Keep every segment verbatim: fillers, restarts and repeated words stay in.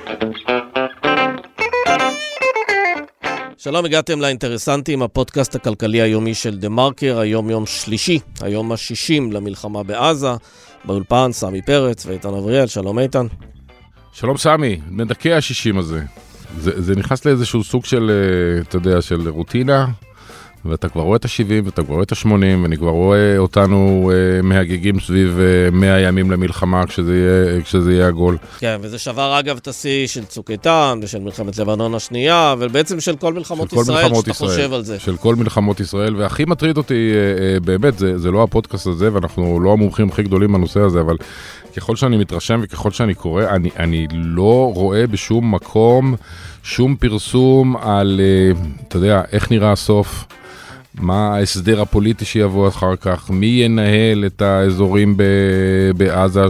שלום, הגעתם לאינטרסנטים, הפודקאסט הכלכלי היומי של דה מרקר, היום יום שלישי, היום השישים למלחמה בעזה, באולפן סמי פרץ ואיתן אבריאל. שלום איתן. שלום סמי, מדכא השישים הזה. זה, זה נכנס לאיזשהו סוג של, אתה יודע, של רוטינה, ואתה כבר רואה את ה-שבעים ואתה כבר רואה את ה-שמונים, ואני כבר רואה אותנו אה, מהגגים סביב אה, מאה ימים למלחמה כשזה יהיה, כשזה יהיה הגול. כן, וזה שבר אגב את השיא של צוק איתן, ושל מלחמת לבנון השנייה, ובעצם של כל מלחמות של ישראל, כל מלחמות שאתה ישראל, חושב על זה. של כל מלחמות ישראל, והכי מטריד אותי, אה, אה, באמת, זה, זה לא הפודקאסט הזה, ואנחנו לא המומחים הכי גדולים בנושא הזה, אבל ככל שאני מתרשם וככל שאני קורא, אני, אני לא רואה בשום מקום, שום פרסום על, אה, אתה יודע, איך נראה הסוף, מה ההסדר הפוליטי שיבוא אחר כך, מי ינהל את האזורים בעזה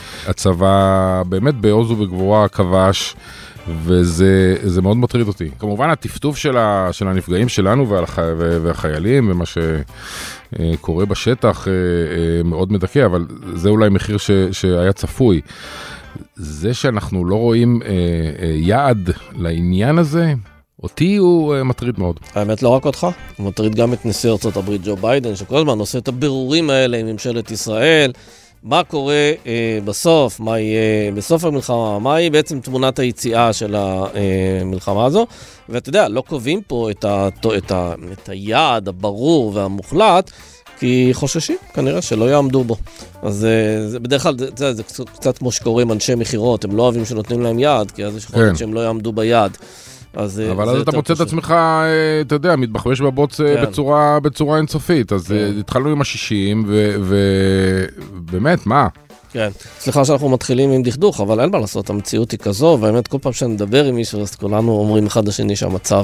שהצבא באמת בעוז ובגבורה כבש, וזה זה מאוד מטריד אותי. כמובן הטפטוף של, ה, של הנפגעים שלנו והח, והחיילים ומה שקורה בשטח מאוד מדכא, אבל זה אולי מחיר ש, שהיה צפוי. זה שאנחנו לא רואים יעד לעניין הזה, אותי הוא uh, מטריד מאוד. האמת לא רק אותך, הוא מטריד גם את נשיא ארצות הברית ג'ו ביידן, שכל הזמן עושה את הבירורים האלה עם ממשלת ישראל, מה קורה uh, בסוף, מה יהיה בסוף המלחמה, מה היא בעצם תמונת היציאה של המלחמה הזו, ואתה יודע, לא קובעים פה את, ה, את, ה, את היעד הברור והמוחלט, כי חוששים, כנראה שלא יעמדו בו. אז זה, בדרך כלל, זה, זה קצת, קצת כמו שקוראים אנשי מחירות, הם לא אוהבים שנותנים להם יעד, כי אז יש חושבים שהם לא יעמדו ביעד. אז אבל אז אתה מוצא את עצמך, אתה יודע, מתבחבש בבוץ בצורה, בצורה אינסופית. אז התחלנו עם השישים, ובאמת, מה? כן, סליחה שאנחנו מתחילים עם דכדוך, אבל אין מה לעשות, המציאות היא כזו, והאמת כל פעם שאני מדבר עם מישהו, אז כולנו אומרים אחד לשני שהמצב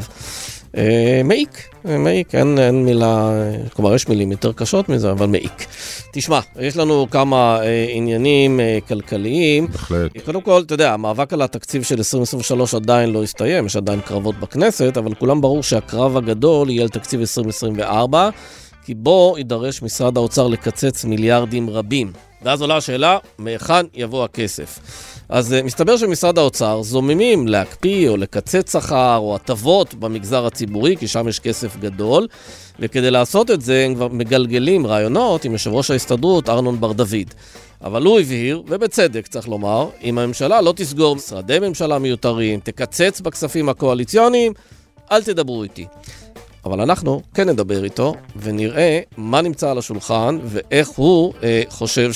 מעיק, מעיק, אין, אין מילה, כלומר יש מילים יותר קשות מזה, אבל מעיק. תשמע, יש לנו כמה אה, עניינים אה, כלכליים. בהחלט. קודם כל, אתה יודע, המאבק על התקציב של עשרים עשרים ושלוש עדיין לא הסתיים, יש עדיין קרבות בכנסת, אבל כולם ברור שהקרב הגדול יהיה על תקציב עשרים עשרים וארבע, כי בו יידרש משרד האוצר לקצץ מיליארדים רבים. ואז עולה השאלה, מהיכן יבוא הכסף? אז מסתבר שמשרד האוצר זוממים להקפיא או לקצץ שכר או הטבות במגזר הציבורי, כי שם יש כסף גדול, וכדי לעשות את זה הם כבר מגלגלים רעיונות עם יושב ראש ההסתדרות ארנון בר דוד. אבל הוא הבהיר, ובצדק צריך לומר, אם הממשלה לא תסגור משרדי ממשלה מיותרים, תקצץ בכספים הקואליציוניים, אל תדברו איתי. אבל אנחנו כן נדבר איתו, ונראה מה נמצא על השולחן, ואיך הוא אה, חושב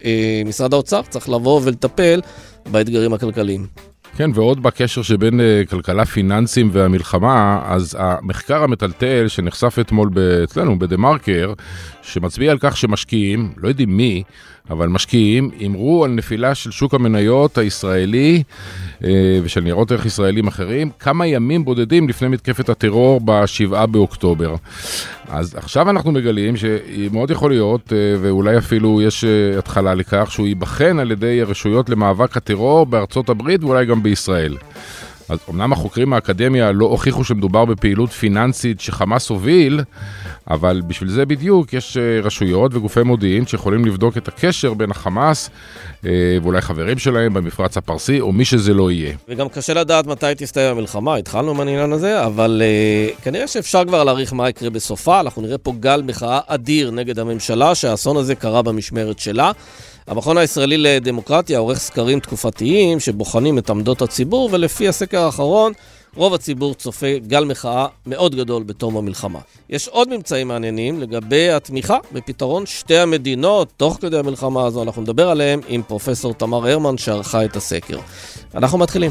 שמשרד האוצר צריך לבוא ולטפל באתגרים הכלכליים. כן, ועוד בקשר שבין uh, כלכלה פיננסים והמלחמה, אז המחקר המטלטל שנחשף אתמול אצלנו בדה מרקר, שמצביע על כך שמשקיעים, לא יודעים מי, אבל משקיעים, אמרו על נפילה של שוק המניות הישראלי uh, ושל ניירות ערך ישראלים אחרים, כמה ימים בודדים לפני מתקפת הטרור בשבעה באוקטובר. אז עכשיו אנחנו מגלים שמאוד יכול להיות, uh, ואולי אפילו יש uh, התחלה לכך, שהוא ייבחן על ידי הרשויות למאבק הטרור בארצות הברית ואולי גם בישראל. אז אמנם החוקרים מהאקדמיה לא הוכיחו שמדובר בפעילות פיננסית שחמאס הוביל, אבל בשביל זה בדיוק יש רשויות וגופי מודיעין שיכולים לבדוק את הקשר בין החמאס ואולי חברים שלהם במפרץ הפרסי או מי שזה לא יהיה. וגם קשה לדעת מתי תסתיים המלחמה, התחלנו מהעניין הזה, אבל uh, כנראה שאפשר כבר להעריך מה יקרה בסופה. אנחנו נראה פה גל מחאה אדיר נגד הממשלה שהאסון הזה קרה במשמרת שלה. המכון הישראלי לדמוקרטיה עורך סקרים תקופתיים שבוחנים את עמדות הציבור, ולפי הסקר האחרון רוב הציבור צופה גל מחאה מאוד גדול בתום המלחמה. יש עוד ממצאים מעניינים לגבי התמיכה בפתרון שתי המדינות תוך כדי המלחמה הזו, אנחנו נדבר עליהם עם פרופסור תמר הרמן שערכה את הסקר. אנחנו מתחילים.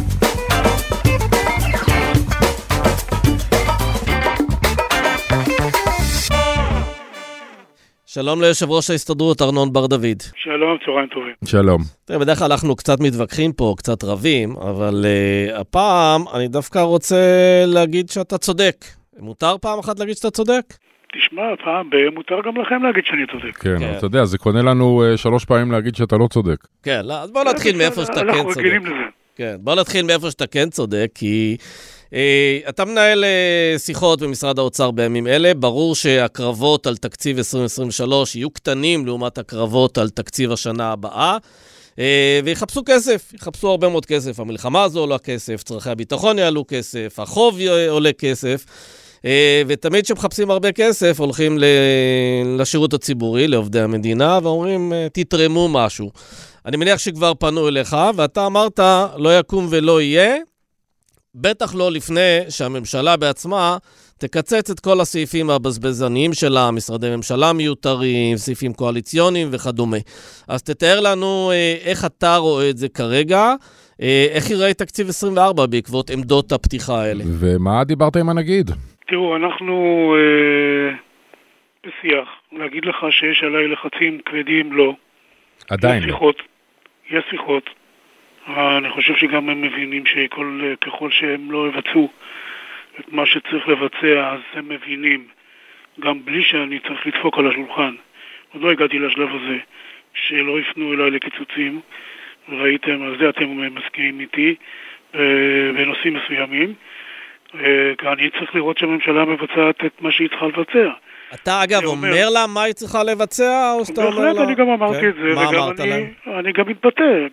שלום ליושב ראש ההסתדרות ארנון בר דוד. שלום, צהריים טובים. שלום. תראה, בדרך כלל אנחנו קצת מתווכחים פה, קצת רבים, אבל uh, הפעם אני דווקא רוצה להגיד שאתה צודק. מותר פעם אחת להגיד שאתה צודק? תשמע, פעם מותר גם לכם להגיד שאני צודק. כן, כן. אתה יודע, זה קונה לנו uh, שלוש פעמים להגיד שאתה לא צודק. כן, לא, אז בוא נתחיל מאיפה שאתה כן צודק. אנחנו רגילים לזה. כן, בוא נתחיל מאיפה שאתה כן צודק, כי... Uh, אתה מנהל uh, שיחות במשרד האוצר בימים אלה, ברור שהקרבות על תקציב עשרים עשרים ושלוש יהיו קטנים לעומת הקרבות על תקציב השנה הבאה, ויחפשו כסף, יחפשו הרבה מאוד כסף. המלחמה הזו עולה כסף, צרכי הביטחון יעלו כסף, החוב עולה כסף, ותמיד כשמחפשים הרבה כסף, הולכים לשירות הציבורי, לעובדי המדינה, ואומרים, תתרמו משהו. אני מניח שכבר פנו אליך, ואתה אמרת, לא יקום ולא יהיה, בטח לא לפני שהממשלה בעצמה תקצץ את כל הסעיפים הבזבזניים שלה, משרדי ממשלה מיותרים, סעיפים קואליציוניים וכדומה. אז תתאר לנו איך אתה רואה את זה כרגע, איך יראה תקציב עשרים וארבע בעקבות עמדות הפתיחה האלה. ומה דיברת עם הנגיד? תראו, אנחנו אה, בשיח. להגיד לך שיש עליי לחצים כבדים, לא. עדיין יש שיחות. יש שיחות. אני חושב שגם הם מבינים שככל שהם לא יבצעו את מה שצריך לבצע, אז הם מבינים, גם בלי שאני צריך לדפוק על השולחן. עוד לא הגעתי לשלב הזה, שלא יפנו אליי לקיצוצים, ראיתם, על זה אתם מסכימים איתי, בנושאים מסוימים. אני צריך לראות שהממשלה מבצעת את מה שהיא צריכה לבצע. אתה אגב אומר לה מה היא צריכה לבצע, או שאתה אומר לה? אני גם אמרתי את זה. מה אמרת להם? אני גם מתבטא,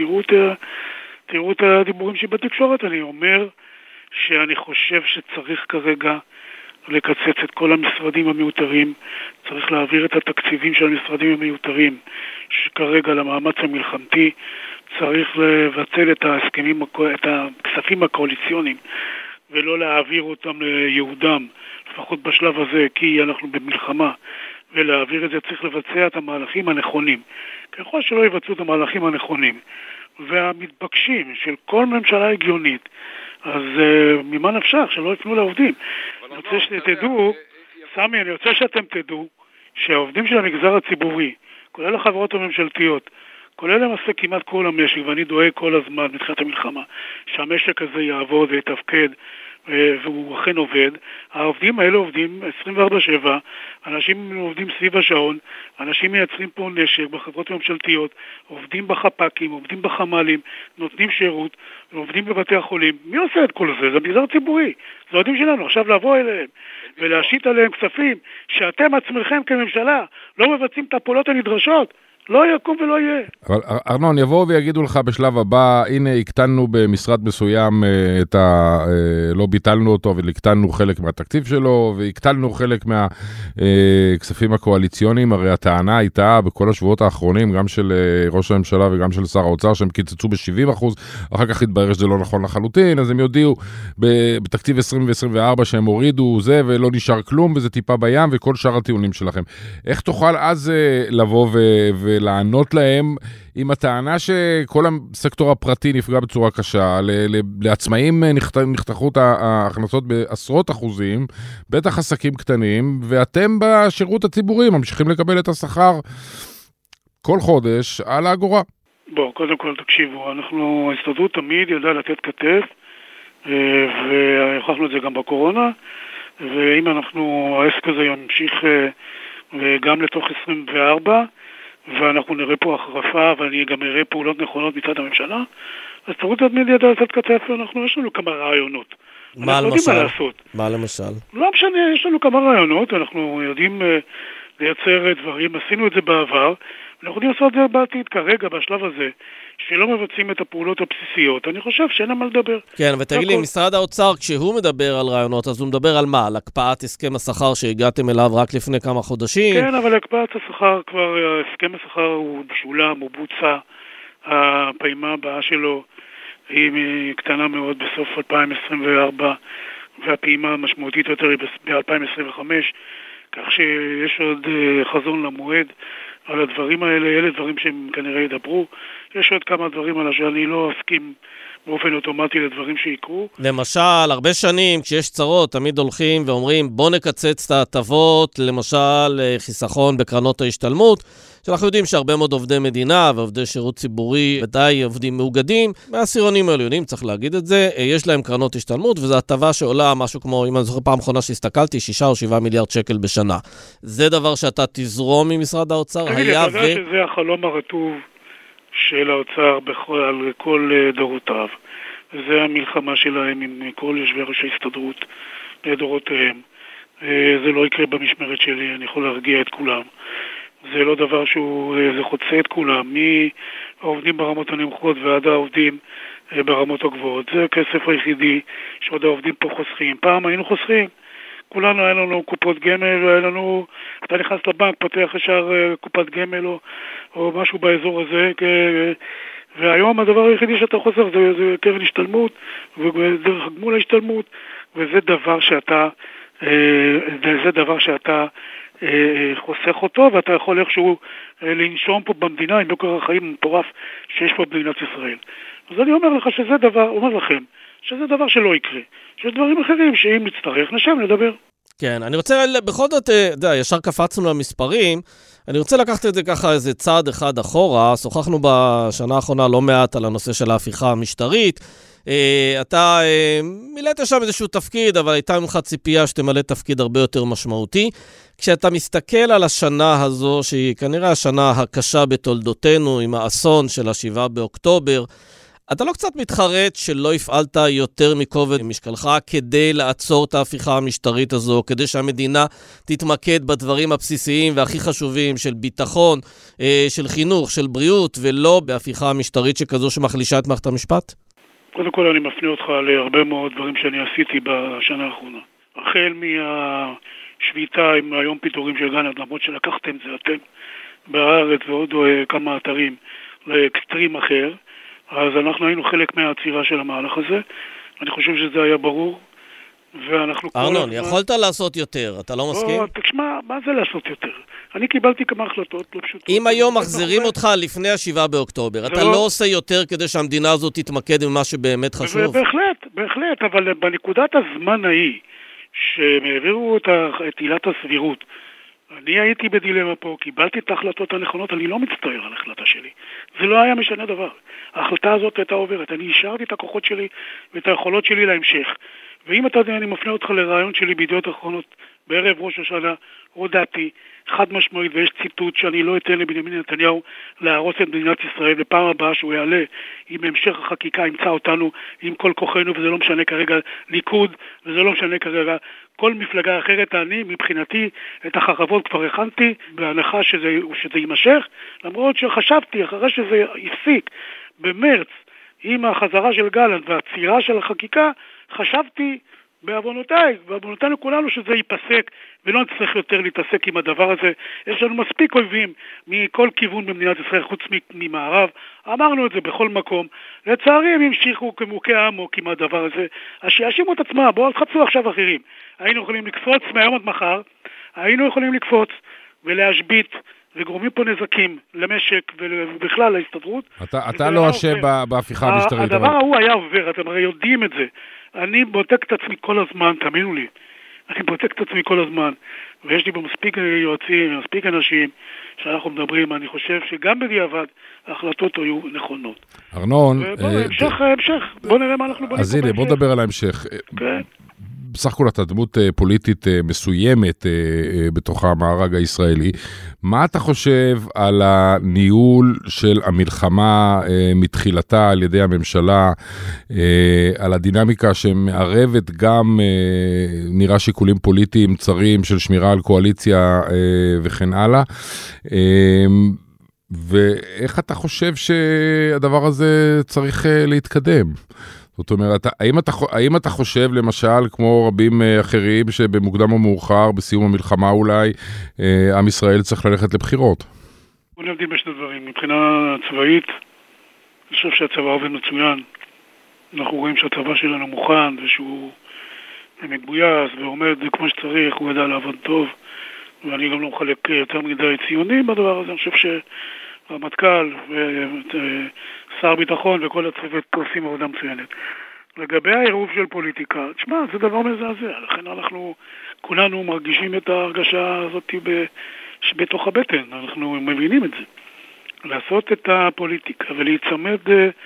תראו את הדיבורים שבתקשורת, אני אומר שאני חושב שצריך כרגע לקצץ את כל המשרדים המיותרים, צריך להעביר את התקציבים של המשרדים המיותרים, שכרגע למאמץ המלחמתי צריך לבצל את ההסכמים, את הכספים הקואליציוניים, ולא להעביר אותם ליהודם, לפחות בשלב הזה, כי אנחנו במלחמה, ולהעביר את זה צריך לבצע את המהלכים הנכונים. ככל שלא יבצעו את המהלכים הנכונים, והמתבקשים של כל ממשלה הגיונית, אז uh, ממה נפשך שלא יפנו לעובדים? אני רוצה שתדעו, סמי, אני רוצה שאתם תדעו, שהעובדים של המגזר הציבורי, כולל החברות הממשלתיות, כולל למעשה כמעט כל המשק, ואני דואג כל הזמן מתחילת המלחמה, שהמשק הזה יעבוד ויתפקד, והוא אכן עובד. העובדים האלה עובדים עשרים וארבע שבע, אנשים עובדים סביב השעון, אנשים מייצרים פה נשק בחברות הממשלתיות, עובדים בחפ"קים, עובדים בחמ"לים, נותנים שירות, עובדים בבתי החולים. מי עושה את כל זה? זה מגזר ציבורי. זה עובדים שלנו. עכשיו לבוא אליהם ולהשית עליהם כספים שאתם עצמכם כממשלה לא מבצעים את הפעולות הנדרשות, לא יקום ולא יהיה. אבל ארנון, יבואו ויגידו לך בשלב הבא, הנה הקטנו במשרד מסוים את ה... לא ביטלנו אותו, אבל הקטנו חלק מהתקציב שלו, והקטלנו חלק מהכספים הקואליציוניים. הרי הטענה הייתה בכל השבועות האחרונים, גם של ראש הממשלה וגם של שר האוצר, שהם קיצצו ב-שבעים אחוז, אחר כך התברר שזה לא נכון לחלוטין, אז הם יודיעו בתקציב עשרים ו-עשרים וארבע שהם הורידו זה, ולא נשאר כלום, וזה טיפה בים, וכל שאר הטיעונים שלכם. איך תוכל אז לבוא ו... לענות להם עם הטענה שכל הסקטור הפרטי נפגע בצורה קשה, לעצמאים נחתכו את ההכנסות בעשרות אחוזים, בטח עסקים קטנים, ואתם בשירות הציבורי ממשיכים לקבל את השכר כל חודש על האגורה. בוא, קודם כל תקשיבו, אנחנו, ההסתדרות תמיד ידעה לתת כתף, והוכחנו את זה גם בקורונה, ואם אנחנו, העסק הזה ימשיך גם לתוך עשרים וארבע, ואנחנו נראה פה החרפה, ואני גם אראה פעולות נכונות מצד הממשלה, אז תראו תמיד ידע לתת כתף, ואנחנו, יש לנו כמה רעיונות. מה למשל? מה למשל? לא משנה, יש לנו כמה רעיונות, אנחנו יודעים uh, לייצר דברים, עשינו את זה בעבר, אנחנו יודעים לעשות את זה בעתיד, כרגע, בשלב הזה, שלא מבצעים את הפעולות הבסיסיות, אני חושב שאין מה לדבר. כן, ותגיד לי, משרד האוצר, כשהוא מדבר על רעיונות, אז הוא מדבר על מה? על הקפאת הסכם השכר שהגעתם אליו רק לפני כמה חודשים? כן, אבל הקפאת השכר כבר, הסכם השכר הוא בשולם, הוא בוצע, הפעימה הבאה שלו היא קטנה מאוד בסוף אלפיים עשרים וארבע, והפעימה המשמעותית יותר היא ב-אלפיים עשרים וחמש, כך שיש עוד חזון למועד על הדברים האלה, אלה דברים שהם כנראה ידברו. יש עוד כמה דברים על שאני לא אסכים באופן אוטומטי לדברים שיקרו. למשל, הרבה שנים כשיש צרות תמיד הולכים ואומרים בוא נקצץ את ההטבות, למשל חיסכון בקרנות ההשתלמות, שאנחנו יודעים שהרבה מאוד עובדי מדינה ועובדי שירות ציבורי, ודאי עובדים מאוגדים, מהעשירונים העליונים, צריך להגיד את זה, יש להם קרנות השתלמות, וזו הטבה שעולה משהו כמו, אם אני זוכר פעם אחרונה שהסתכלתי, שישה או שבעה מיליארד שקל בשנה. זה דבר שאתה תזרום ממשרד האוצר? תגיד, אתה יודע שזה החלום הרטוב של האוצר בכל, על כל דורותיו. זה המלחמה שלהם עם כל יושבי ראש ההסתדרות לדורותיהם. זה לא יקרה במשמרת שלי, אני יכול להרגיע את כולם. זה לא דבר שהוא, זה חוצה את כולם, מהעובדים ברמות הנמוכות ועד העובדים ברמות הגבוהות. זה הכסף היחידי שעוד העובדים פה חוסכים. פעם היינו חוסכים, כולנו היה לנו קופות גמל, היה לנו, אתה נכנס לבנק, פתח ישר קופת גמל או, או משהו באזור הזה, והיום הדבר היחידי שאתה חוסך זה, זה קרן השתלמות, ודרך הגמול ההשתלמות, וזה דבר שאתה, זה דבר שאתה חוסך אותו, ואתה יכול איכשהו לנשום פה במדינה עם יוקר החיים מטורף שיש פה במדינת ישראל. אז אני אומר לך שזה דבר, אומר לכם, שזה דבר שלא יקרה. שיש דברים אחרים שאם נצטרך נשם נדבר. כן, אני רוצה בכל זאת, דה, ישר קפצנו למספרים, אני רוצה לקחת את זה ככה איזה צעד אחד אחורה, שוחחנו בשנה האחרונה לא מעט על הנושא של ההפיכה המשטרית, אתה מילאת שם איזשהו תפקיד, אבל הייתה ממך ציפייה שתמלא תפקיד הרבה יותר משמעותי. כשאתה מסתכל על השנה הזו, שהיא כנראה השנה הקשה בתולדותינו, עם האסון של השבעה באוקטובר, אתה לא קצת מתחרט שלא הפעלת יותר מכובד משקלך כדי לעצור את ההפיכה המשטרית הזו, כדי שהמדינה תתמקד בדברים הבסיסיים והכי חשובים של ביטחון, של חינוך, של בריאות, ולא בהפיכה המשטרית שכזו שמחלישה את מערכת המשפט? קודם כל אני מפנה אותך להרבה מאוד דברים שאני עשיתי בשנה האחרונה. החל מהשביתה עם היום פיטורים של גלנט, למרות שלקחתם זה אתם בארץ ועוד כמה אתרים לאקסטרים אחר, אז אנחנו היינו חלק מהעצירה של המהלך הזה. אני חושב שזה היה ברור. ואנחנו ארנון, יכולת לעשות יותר, אתה לא מסכים? תשמע, מה זה לעשות יותר? אני קיבלתי כמה החלטות לא פשוטות. אם היום מחזירים אותך לפני השבעה באוקטובר, אתה לא עושה יותר כדי שהמדינה הזאת תתמקד במה שבאמת חשוב? בהחלט, בהחלט, אבל בנקודת הזמן ההיא, שמעבירו את עילת הסבירות, אני הייתי בדילמה פה, קיבלתי את ההחלטות הנכונות, אני לא מצטער על ההחלטה שלי. זה לא היה משנה דבר. ההחלטה הזאת הייתה עוברת. אני השארתי את הכוחות שלי ואת היכולות שלי להמשך. ואם אתה יודע, אני מפנה אותך לרעיון שלי בידיעות אחרונות בערב ראש השנה, הודעתי חד משמעית, ויש ציטוט שאני לא אתן לבנימין נתניהו להרוס את מדינת ישראל, בפעם הבאה שהוא יעלה עם המשך החקיקה, ימצא אותנו עם כל כוחנו, וזה לא משנה כרגע ליכוד, וזה לא משנה כרגע כל מפלגה אחרת. אני מבחינתי את החרבות כבר הכנתי, בהנחה שזה, שזה יימשך, למרות שחשבתי אחרי שזה יפסיק במרץ עם החזרה של גלנט והצירה של החקיקה, חשבתי בעוונותיי, בעוונותינו כולנו שזה ייפסק ולא נצטרך יותר להתעסק עם הדבר הזה. יש לנו מספיק אויבים מכל כיוון במדינת ישראל חוץ ממערב, אמרנו את זה בכל מקום. לצערי הם המשיכו כמוכי עמוק עם הדבר הזה, אז שיאשימו את עצמם, בואו תחפשו עכשיו אחרים. היינו יכולים לקפוץ מהיום עד מחר, היינו יכולים לקפוץ ולהשבית וגורמים פה נזקים למשק ובכלל להסתדרות. אתה, אתה לא אשם בהפיכה המשטרית. הדבר ההוא היה עובר, אתם הרי יודעים את זה. אני בודק את עצמי כל הזמן, תאמינו לי. אני בודק את עצמי כל הזמן. ויש לי במספיק יועצים, מספיק אנשים שאנחנו מדברים. אני חושב שגם בדיעבד ההחלטות היו נכונות. ארנון. המשך, המשך. בוא נראה מה אנחנו בונים. אז הנה, בוא נדבר על ההמשך. כן. בסך הכל אתה דמות פוליטית מסוימת בתוך המארג הישראלי. מה אתה חושב על הניהול של המלחמה מתחילתה על ידי הממשלה, על הדינמיקה שמערבת גם נראה שיקולים פוליטיים צרים של שמירה על קואליציה וכן הלאה? ואיך אתה חושב שהדבר הזה צריך להתקדם? זאת אומרת, האם אתה, האם אתה חושב, למשל, כמו רבים אחרים, שבמוקדם או מאוחר, בסיום המלחמה אולי, עם ישראל צריך ללכת לבחירות? בוא נבדיל בשני דברים. מבחינה צבאית, אני חושב שהצבא עובד מצוין. אנחנו רואים שהצבא שלנו מוכן, ושהוא מגויס ועומד כמו שצריך, הוא ידע לעבוד טוב, ואני גם לא מחלק יותר מדי ציונים בדבר הזה. אני חושב שהרמטכ"ל ושר ביטחון וכל הצוות עושים עבודה מצוינת. לגבי העירוב של פוליטיקה, תשמע, זה דבר מזעזע, לכן אנחנו כולנו מרגישים את ההרגשה הזאת בתוך הבטן, אנחנו מבינים את זה. לעשות את הפוליטיקה ולהיצמד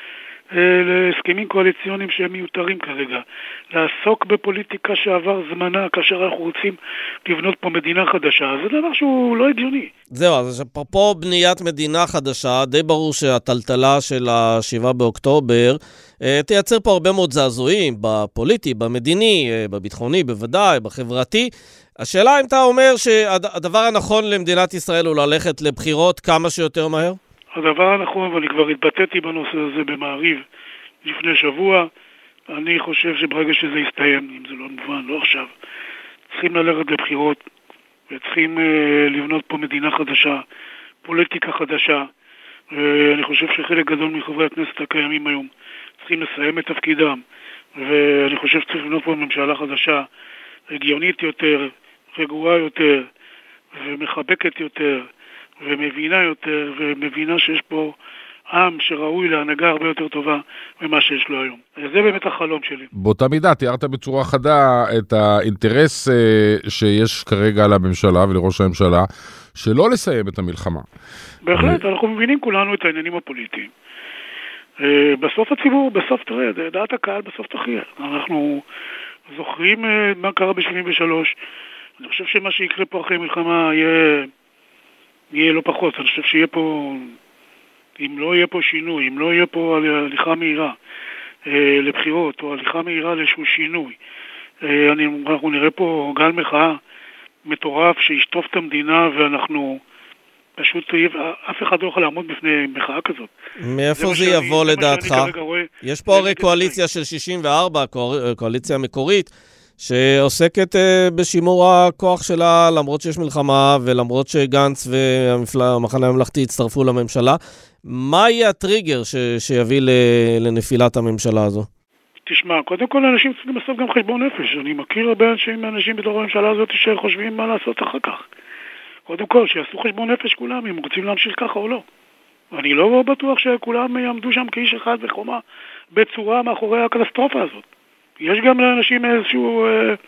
להסכמים קואליציוניים שהם מיותרים כרגע. לעסוק בפוליטיקה שעבר זמנה, כאשר אנחנו רוצים לבנות פה מדינה חדשה, זה דבר שהוא לא הגיוני. זהו, אז אפרופו בניית מדינה חדשה, די ברור שהטלטלה של השבעה באוקטובר תייצר פה הרבה מאוד זעזועים, בפוליטי, במדיני, בביטחוני, בוודאי, בחברתי. השאלה אם אתה אומר שהדבר הנכון למדינת ישראל הוא ללכת לבחירות כמה שיותר מהר? הדבר הנכון, ואני כבר התבטאתי בנושא הזה במעריב לפני שבוע, אני חושב שברגע שזה יסתיים, אם זה לא מובן, לא עכשיו, צריכים ללכת לבחירות, וצריכים uh, לבנות פה מדינה חדשה, פוליטיקה חדשה. Uh, אני חושב שחלק גדול מחברי הכנסת הקיימים היום צריכים לסיים את תפקידם, ואני חושב שצריך לבנות פה ממשלה חדשה, הגיונית יותר, רגועה יותר, ומחבקת יותר, ומבינה יותר, ומבינה שיש פה עם שראוי להנהגה הרבה יותר טובה ממה שיש לו היום. זה באמת החלום שלי. באותה מידה, תיארת בצורה חדה את האינטרס שיש כרגע לממשלה ולראש הממשלה, שלא לסיים את המלחמה. בהחלט, אנחנו מבינים כולנו את העניינים הפוליטיים. בסוף הציבור, בסוף תראה, דעת הקהל בסוף תחיה. אנחנו זוכרים מה קרה ב-שבעים ושלוש. אני חושב שמה שיקרה פה אחרי מלחמה יהיה... יהיה לא פחות. אני חושב שיהיה פה, אם לא יהיה פה שינוי, אם לא יהיה פה הליכה מהירה אה, לבחירות, או הליכה מהירה לאיזשהו שינוי, אה, אני, אנחנו נראה פה גל מחאה מטורף שישטוף את המדינה, ואנחנו פשוט, אף אחד לא יכול לעמוד בפני מחאה כזאת. מאיפה זה, זה יבוא שאני, לדעתך? יש פה הרי קואליציה של שישים וארבע, קואליציה מקורית, שעוסקת uh, בשימור הכוח שלה, למרות שיש מלחמה, ולמרות שגנץ והמחנה הממלכתי הצטרפו לממשלה. מה יהיה הטריגר ש- שיביא ל- לנפילת הממשלה הזו? תשמע, קודם כל אנשים צריכים לעשות גם חשבון נפש. אני מכיר הרבה אנשים, אנשים בתוך הממשלה הזאת שחושבים מה לעשות אחר כך. קודם כל, שיעשו חשבון נפש כולם, אם רוצים להמשיך ככה או לא. אני לא בטוח שכולם יעמדו שם כאיש אחד וחומה בצורה מאחורי הקטסטרופה הזאת. יש גם לאנשים איזשהו,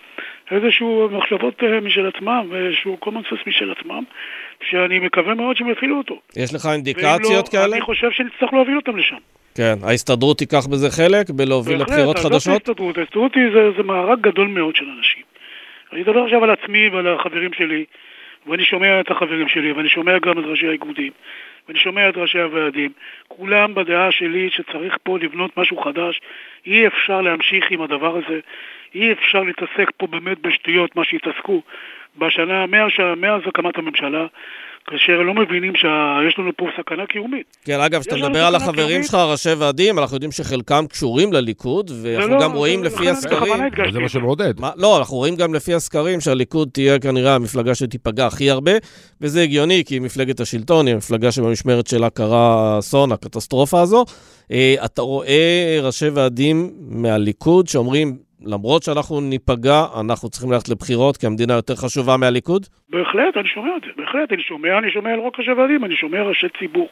איזשהו מחשבות משל עצמם, ואיזשהו קומנסנס משל עצמם, שאני מקווה מאוד שהם יפעילו אותו. יש לך אינדיקציות לא, כאלה? אני חושב שנצטרך להוביל אותם לשם. כן, ההסתדרות תיקח בזה חלק, בלהוביל לבחירות חדשות? ההסתדרות, ההסתדרות זה, זה מארג גדול מאוד של אנשים. אני אדבר עכשיו על עצמי ועל החברים שלי, ואני שומע את החברים שלי, ואני שומע גם את ראשי האיגודים, ואני שומע את ראשי הוועדים. כולם בדעה שלי שצריך פה לבנות משהו חדש. אי אפשר להמשיך עם הדבר הזה. אי אפשר להתעסק פה באמת בשטויות, מה שהתעסקו בשנה, מאז הקמת הממשלה, כאשר לא מבינים שיש לנו פה סכנה קיומית. כן, אגב, שאתה מדבר על החברים שלך, ראשי ועדים, אנחנו יודעים שחלקם קשורים לליכוד, ואנחנו גם רואים לפי הסקרים... זה מה שמעודד. לא, אנחנו רואים גם לפי הסקרים שהליכוד תהיה כנראה המפלגה שתיפגע הכי הרבה, וזה הגיוני, כי מפלגת השלטון היא המפלגה שבמשמרת שלה קרה אסון, הקטסטרופה הזו. אתה רואה ראשי ועדים מהליכוד שאומרים, למרות שאנחנו ניפגע, אנחנו צריכים ללכת לבחירות, כי המדינה יותר חשובה מהליכוד? בהחלט, אני שומע את זה. בהחלט, אני שומע, אני שומע על רוק ראשי ועדים, אני שומע ראשי ציבור.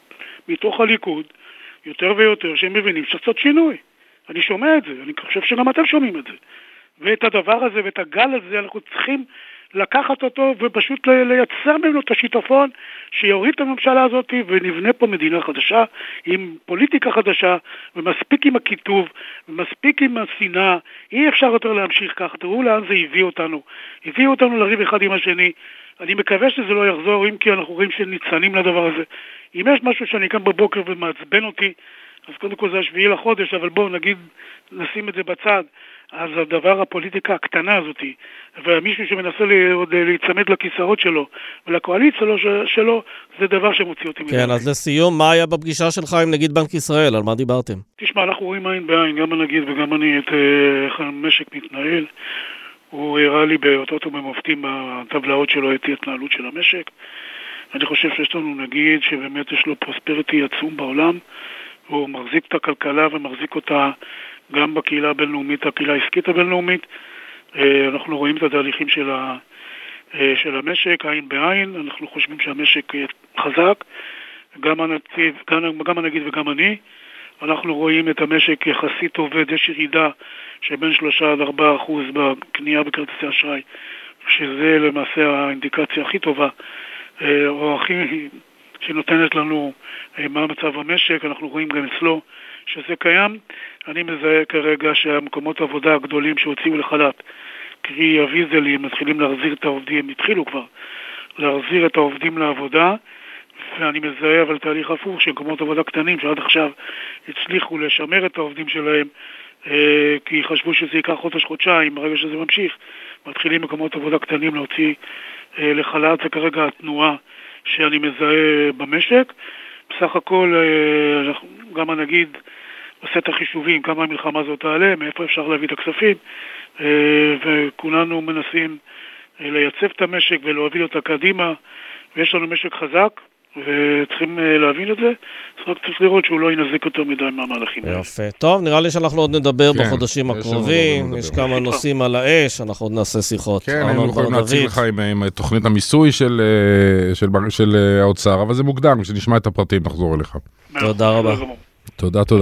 מתוך הליכוד, יותר ויותר, שהם מבינים שצריך לעשות שינוי. אני שומע את זה, אני חושב שגם אתם שומעים את זה. ואת הדבר הזה ואת הגל הזה, אנחנו צריכים לקחת אותו ופשוט לייצר ממנו את השיטפון שיוריד את הממשלה הזאת ונבנה פה מדינה חדשה עם פוליטיקה חדשה ומספיק עם הכיתוב ומספיק עם השנאה. אי אפשר יותר להמשיך כך. תראו לאן זה הביא אותנו. הביא אותנו לריב אחד עם השני. אני מקווה שזה לא יחזור, אם כי אנחנו רואים שניצנים לדבר הזה. אם יש משהו שאני קם בבוקר ומעצבן אותי, אז קודם כל זה השביעי לחודש, אבל בואו נגיד, נשים את זה בצד. אז הדבר הפוליטיקה הקטנה הזאת, ומישהו שמנסה עוד להצמד לכיסאות שלו ולקואליציה שלו, זה דבר שמוציא אותי. כן, אז לסיום, מה היה בפגישה שלך עם נגיד בנק ישראל? על מה דיברתם? תשמע, אנחנו רואים עין בעין, גם הנגיד וגם אני, את איך המשק מתנהל. הוא הראה לי באותות ובמופתים בטבלאות שלו את ההתנהלות של המשק. אני חושב שיש לנו נגיד שבאמת יש לו פרוספריטי עצום בעולם, הוא מחזיק את הכלכלה ומחזיק אותה גם בקהילה הבינלאומית, הקהילה העסקית הבינלאומית. אנחנו רואים את התהליכים של, ה, של המשק, עין בעין. אנחנו חושבים שהמשק חזק, גם הנציב, גם, גם הנגיד וגם אני. אנחנו רואים את המשק יחסית עובד, יש ירידה שבין שלושה עד ארבעה אחוז בקנייה בכרטיסי אשראי, שזה למעשה האינדיקציה הכי טובה, או הכי שנותנת לנו מה מצב המשק. אנחנו רואים גם אצלו שזה קיים. אני מזהה כרגע שהמקומות העבודה הגדולים שהוציאו לחל"ת, קרי הוויזלים, מתחילים להחזיר את העובדים, התחילו כבר להחזיר את העובדים לעבודה, ואני מזהה אבל תהליך הפוך שמקומות עבודה קטנים שעד עכשיו הצליחו לשמר את העובדים שלהם, כי חשבו שזה ייקח חודש-חודשיים, ברגע שזה ממשיך, מתחילים מקומות עבודה קטנים להוציא לחל"ת, זה כרגע התנועה שאני מזהה במשק. בסך הכל, גם הנגיד עושה את החישובים, כמה המלחמה הזאת תעלה, מאיפה אפשר להביא את הכספים, וכולנו מנסים לייצב את המשק ולהוביל אותה קדימה, ויש לנו משק חזק, וצריכים להבין את זה, אז רק צריך לראות שהוא לא ינזק יותר מדי מהמהלכים. יפה. טוב, נראה לי שאנחנו עוד נדבר בחודשים הקרובים, יש כמה נושאים על האש, אנחנו עוד נעשה שיחות. כן, היינו יכולים להציג לך עם תוכנית המיסוי של האוצר, אבל זה מוקדם, כשנשמע את הפרטים נחזור אליך. תודה רבה. תודה, תודה.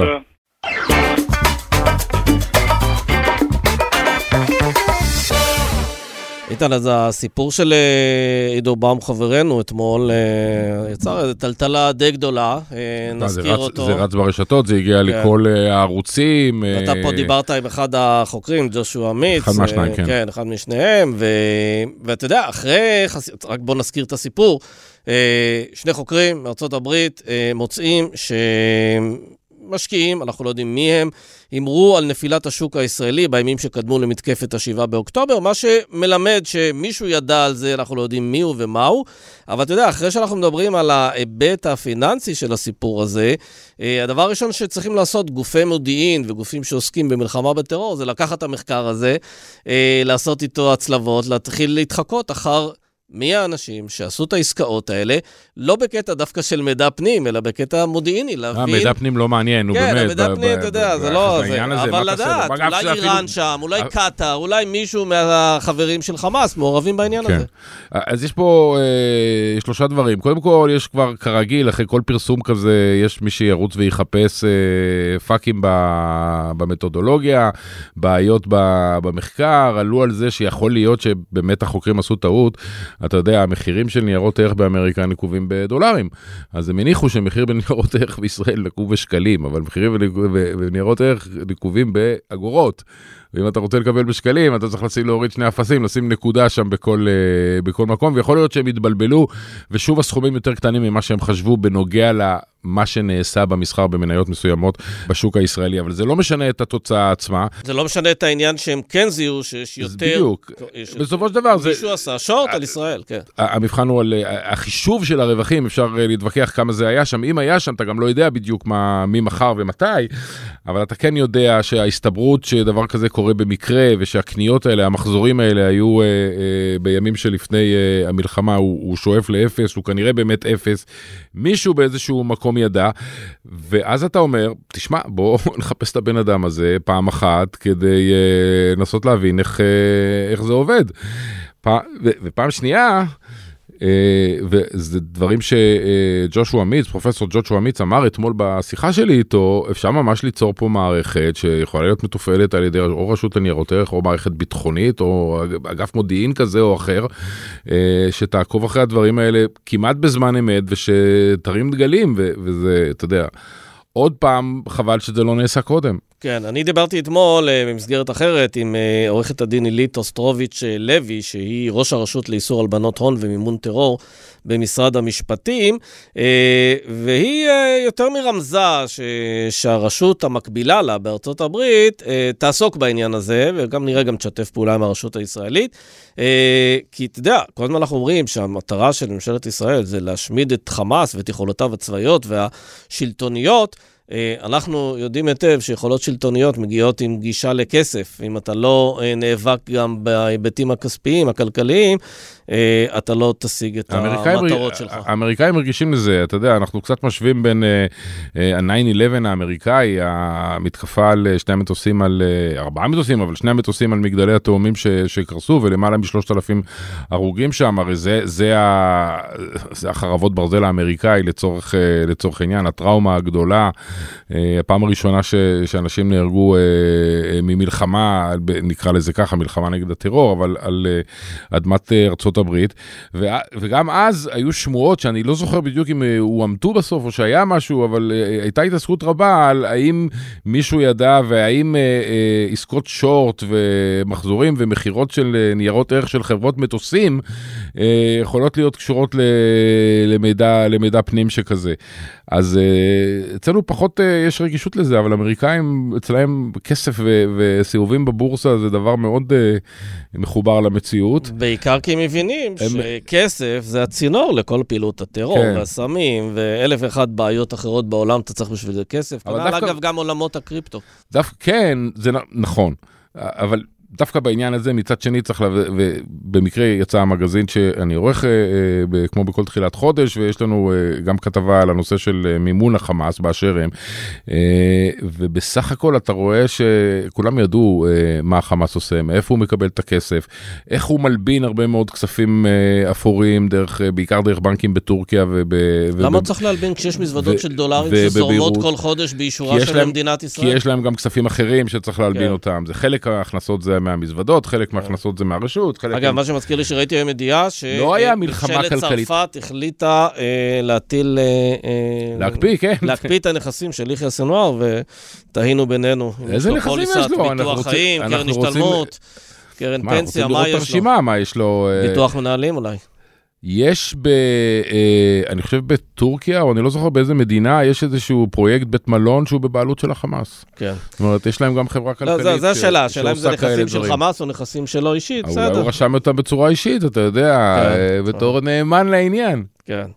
איתן, אז הסיפור של עידו באום חברנו אתמול יצר איזו טלטלה די גדולה, נזכיר אותו. זה רץ ברשתות, זה הגיע לכל הערוצים. ואתה פה דיברת עם אחד החוקרים, ג'ושוע מיץ. אחד מהשניים, כן. כן, אחד משניהם, ואתה יודע, אחרי, רק בוא נזכיר את הסיפור, שני חוקרים מארצות הברית מוצאים ש... משקיעים, אנחנו לא יודעים מי הם, אמרו על נפילת השוק הישראלי בימים שקדמו למתקפת השבעה באוקטובר, מה שמלמד שמישהו ידע על זה, אנחנו לא יודעים מי הוא ומה הוא, אבל אתה יודע, אחרי שאנחנו מדברים על ההיבט הפיננסי של הסיפור הזה, הדבר הראשון שצריכים לעשות גופי מודיעין וגופים שעוסקים במלחמה בטרור, זה לקחת את המחקר הזה, לעשות איתו הצלבות, להתחיל להתחקות אחר מי האנשים שעשו את העסקאות האלה, לא בקטע דווקא של מידע פנים, אלא בקטע מודיעיני, להבין... מידע פנים לא מעניין, הוא באמת... כן, מידע פנים, אתה יודע, זה לא... אבל לדעת, אולי איראן שם, אולי קטר, אולי מישהו מהחברים של חמאס מעורבים בעניין הזה. אז יש פה שלושה דברים. קודם כל, יש כבר כרגיל, אחרי כל פרסום כזה, יש מי שירוץ ויחפש פאקים במתודולוגיה, בעיות במחקר, עלו על זה שיכול להיות שבאמת החוקרים עשו טעות. אתה יודע, המחירים של ניירות ערך באמריקה נקובים בדולרים, אז הם הניחו שמחיר בניירות ערך בישראל נקוב בשקלים, אבל מחירים בניירות ערך נקובים באגורות. ואם אתה רוצה לקבל בשקלים, אתה צריך לשים להוריד שני אפסים, לשים נקודה שם בכל, בכל מקום, ויכול להיות שהם יתבלבלו, ושוב הסכומים יותר קטנים ממה שהם חשבו בנוגע למה שנעשה במסחר במניות מסוימות בשוק הישראלי, אבל זה לא משנה את התוצאה עצמה. זה לא משנה את העניין שהם כן זיהו, שיש יותר... בדיוק. יש... בסופו של דבר זה... מישהו עשה שורט על ישראל, כן. המבחן הוא על החישוב של הרווחים, אפשר להתווכח כמה זה היה שם. אם היה שם, אתה גם לא יודע בדיוק מה, מי מחר ומתי, אבל אתה כן יודע שההסתברות שדבר כזה קורה במקרה, ושהקניות האלה, המחזורים האלה, היו אה, אה, בימים שלפני אה, המלחמה, הוא, הוא שואף לאפס, הוא כנראה באמת אפס, מישהו באיזשהו מקום ידע, ואז אתה אומר, תשמע, בוא נחפש את הבן אדם הזה פעם אחת, כדי אה, לנסות להבין איך, אה, איך זה עובד. פעם, ו, ופעם שנייה, וזה דברים שג'ושוע מיץ, פרופסור ג'ושוע מיץ אמר אתמול בשיחה שלי איתו, אפשר ממש ליצור פה מערכת שיכולה להיות מתופעלת על ידי או רשות לניירות ערך, או מערכת ביטחונית, או אגף מודיעין כזה או אחר, שתעקוב אחרי הדברים האלה כמעט בזמן אמת, ושתרים דגלים, וזה, אתה יודע, עוד פעם חבל שזה לא נעשה קודם. כן, אני דיברתי אתמול במסגרת אחרת עם עורכת הדין עילית אוסטרוביץ' לוי, שהיא ראש הרשות לאיסור הלבנות הון ומימון טרור במשרד המשפטים, והיא יותר מרמזה שהרשות המקבילה לה בארצות הברית תעסוק בעניין הזה, וגם נראה גם תשתף פעולה עם הרשות הישראלית, כי אתה יודע, כל הזמן אנחנו אומרים שהמטרה של ממשלת ישראל זה להשמיד את חמאס ואת יכולותיו הצבאיות והשלטוניות, אנחנו יודעים היטב שיכולות שלטוניות מגיעות עם גישה לכסף. אם אתה לא נאבק גם בהיבטים הכספיים, הכלכליים, אתה לא תשיג את המטרות שלך. האמריקאים מרגישים לזה, אתה יודע, אנחנו קצת משווים בין ה-נין אלבן האמריקאי, המתקפה על שני המטוסים, על ארבעה מטוסים, אבל שני המטוסים על מגדלי התאומים שקרסו, ולמעלה משלושת אלפים הרוגים שם, הרי זה, זה, ה, זה החרבות ברזל האמריקאי לצורך, לצורך עניין, הטראומה הגדולה, הפעם הראשונה ש, שאנשים נהרגו ממלחמה, נקרא לזה ככה, מלחמה נגד הטרור, אבל על אדמת ארצות הברית, ו, וגם אז היו שמועות שאני לא זוכר בדיוק אם הוא עמדו בסוף או שהיה משהו, אבל הייתה התעסקות רבה על האם מישהו ידע והאם עסקות שורט ומחזורים ומחירות של ניירות ערך של חברות מטוסים יכולות להיות קשורות למידע, למידע פנים שכזה. אז אצלנו פחות יש רגישות לזה, אבל אמריקאים, אצלהם כסף וסיבובים בבורסה זה דבר מאוד מחובר למציאות. בעיקר כי הם מבינים שכסף זה הצינור לכל פעילות הטרור והסמים, ואלף ואחת בעיות אחרות בעולם אתה צריך בשביל זה כסף. אבל אגב גם עולמות הקריפטו. כן, זה נכון, אבל דווקא בעניין הזה, מצד שני צריך, ובמקרה יצא המגזין שאני עורך כמו בכל תחילת חודש, ויש לנו גם כתבה על הנושא של מימון החמאס באשר הם, ובסך הכל אתה רואה שכולם ידעו מה החמאס עושה, מאיפה הוא מקבל את הכסף, איך הוא מלבין הרבה מאוד כספים אפורים, דרך, בעיקר דרך בנקים בטורקיה. למה צריך להלבין כשיש מזוודות של דולרים שזורמות כל חודש באישורה של מדינת ישראל? כי יש להם גם כספים אחרים שצריך להלבין אותם, זה חלק ההכנסות זה מהמזוודות, חלק מהכנסות זה מהרשות. אגב, מה שמזכיר לי שראיתי היום ידיעה, שממשלת צרפת החליטה להטיל, להקפיא, כן. להקפיא את הנכסים של יחיא סנואר, ותהינו בינינו. איזה נכסים יש לו? ביטוח חיים, קרן השתלמות, קרן פנסיה, מה יש לו? מה יש לו? ביטוח מנהלים אולי. יש ב... אני חושב בטורקיה, או אני לא זוכר באיזה מדינה, יש איזשהו פרויקט בית מלון שהוא בבעלות של החמאס. כן. זאת אומרת, יש להם גם חברה כלכלית. לא, זה השאלה, השאלה אם זה נכסים של חמאס או נכסים שלו אישית, בסדר. אולי הוא רשם אותם בצורה אישית, אתה יודע, בתור נאמן לעניין. כן.